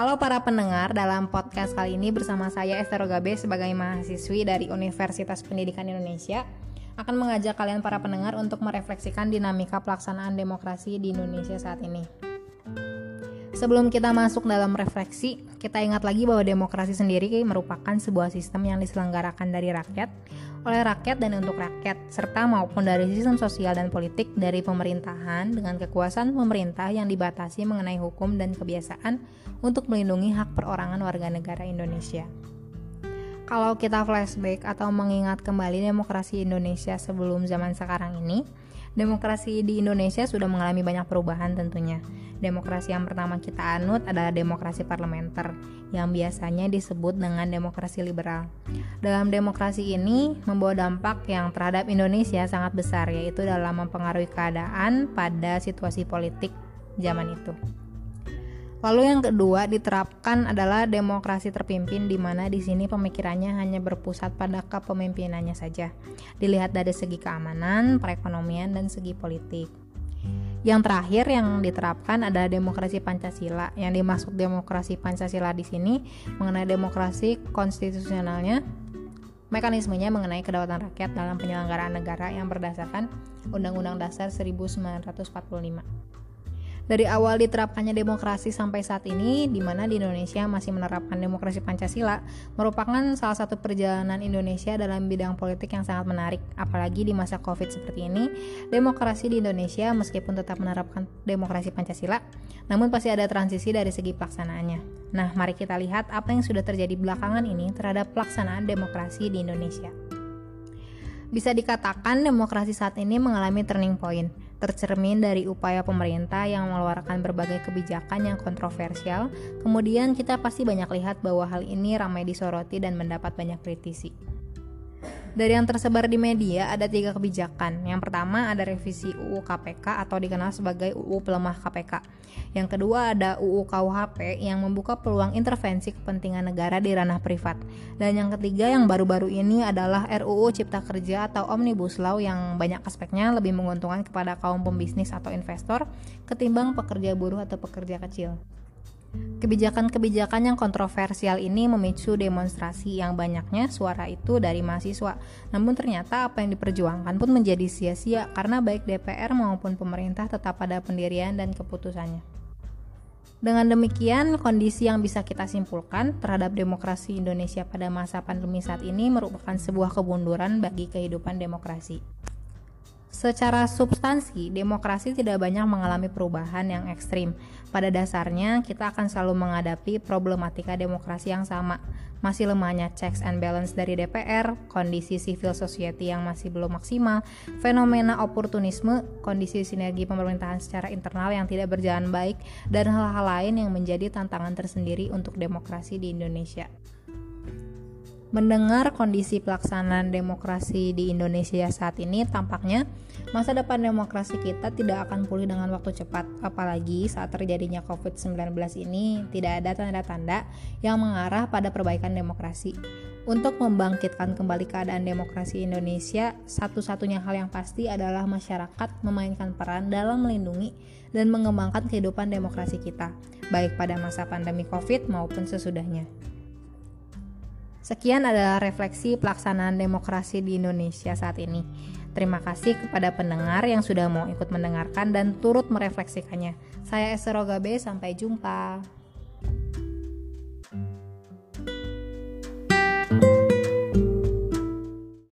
Halo para pendengar, dalam podcast kali ini bersama saya Esther Gabe sebagai mahasiswi dari Universitas Pendidikan Indonesia akan mengajak kalian para pendengar untuk merefleksikan dinamika pelaksanaan demokrasi di Indonesia saat ini. Sebelum kita masuk dalam refleksi, kita ingat lagi bahwa demokrasi sendiri merupakan sebuah sistem yang diselenggarakan dari rakyat, oleh rakyat dan untuk rakyat, serta maupun dari sistem sosial dan politik dari pemerintahan dengan kekuasaan pemerintah yang dibatasi mengenai hukum dan kebiasaan untuk melindungi hak perorangan warga negara Indonesia. Kalau kita flashback atau mengingat kembali demokrasi Indonesia sebelum zaman sekarang ini, demokrasi di Indonesia sudah mengalami banyak perubahan tentunya. Demokrasi yang pertama kita anut adalah demokrasi parlementer, yang biasanya disebut dengan demokrasi liberal. Dalam demokrasi ini membawa dampak yang terhadap Indonesia sangat besar, yaitu dalam mempengaruhi keadaan pada situasi politik zaman itu. Lalu yang kedua diterapkan adalah demokrasi terpimpin, di mana di sini pemikirannya hanya berpusat pada kepemimpinannya saja, dilihat dari segi keamanan, perekonomian, dan segi politik. Yang terakhir yang diterapkan adalah demokrasi Pancasila. Yang dimaksud demokrasi Pancasila di sini mengenai demokrasi konstitusionalnya, mekanismenya mengenai kedaulatan rakyat dalam penyelenggaraan negara yang berdasarkan Undang-Undang Dasar 1945. Dari awal diterapkannya demokrasi sampai saat ini, di mana di Indonesia masih menerapkan demokrasi Pancasila, merupakan salah satu perjalanan Indonesia dalam bidang politik yang sangat menarik. Apalagi di masa COVID seperti ini, demokrasi di Indonesia meskipun tetap menerapkan demokrasi Pancasila, namun pasti ada transisi dari segi pelaksanaannya. Nah, mari kita lihat apa yang sudah terjadi belakangan ini terhadap pelaksanaan demokrasi di Indonesia. Bisa dikatakan demokrasi saat ini mengalami turning point, tercermin dari upaya pemerintah yang mengeluarkan berbagai kebijakan yang kontroversial. Kemudian kita pasti banyak lihat bahwa hal ini ramai disoroti dan mendapat banyak kritisi. Dari yang tersebar di media ada 3 kebijakan. Yang pertama ada revisi UU KPK atau dikenal sebagai UU Pelemah KPK. Yang kedua ada UU KUHP yang membuka peluang intervensi kepentingan negara di ranah privat. Dan yang ketiga yang baru-baru ini adalah RUU Cipta Kerja atau Omnibus Law yang banyak aspeknya lebih menguntungkan kepada kaum pembisnis atau investor ketimbang pekerja buruh atau pekerja kecil. Kebijakan-kebijakan yang kontroversial ini memicu demonstrasi yang banyaknya suara itu dari mahasiswa. Namun ternyata apa yang diperjuangkan pun menjadi sia-sia karena baik DPR maupun pemerintah tetap pada pendirian dan keputusannya. Dengan demikian, kondisi yang bisa kita simpulkan terhadap demokrasi Indonesia pada masa pandemi saat ini merupakan sebuah kemunduran bagi kehidupan demokrasi. Secara substansi, demokrasi tidak banyak mengalami perubahan yang ekstrim. Pada dasarnya, kita akan selalu menghadapi problematika demokrasi yang sama. Masih lemahnya checks and balance dari DPR, kondisi civil society yang masih belum maksimal, fenomena oportunisme, kondisi sinergi pemerintahan secara internal yang tidak berjalan baik, dan hal-hal lain yang menjadi tantangan tersendiri untuk demokrasi di Indonesia. Mendengar kondisi pelaksanaan demokrasi di Indonesia saat ini, tampaknya masa depan demokrasi kita tidak akan pulih dengan waktu cepat. Apalagi saat terjadinya COVID-19 ini tidak ada tanda-tanda yang mengarah pada perbaikan demokrasi. Untuk membangkitkan kembali keadaan demokrasi Indonesia, satu-satunya hal yang pasti adalah masyarakat memainkan peran dalam melindungi dan mengembangkan kehidupan demokrasi kita, baik pada masa pandemi COVID maupun sesudahnya. Sekian adalah refleksi pelaksanaan demokrasi di Indonesia saat ini. Terima kasih kepada pendengar yang sudah mau ikut mendengarkan dan turut merefleksikannya. Saya Esther Gabe, sampai jumpa.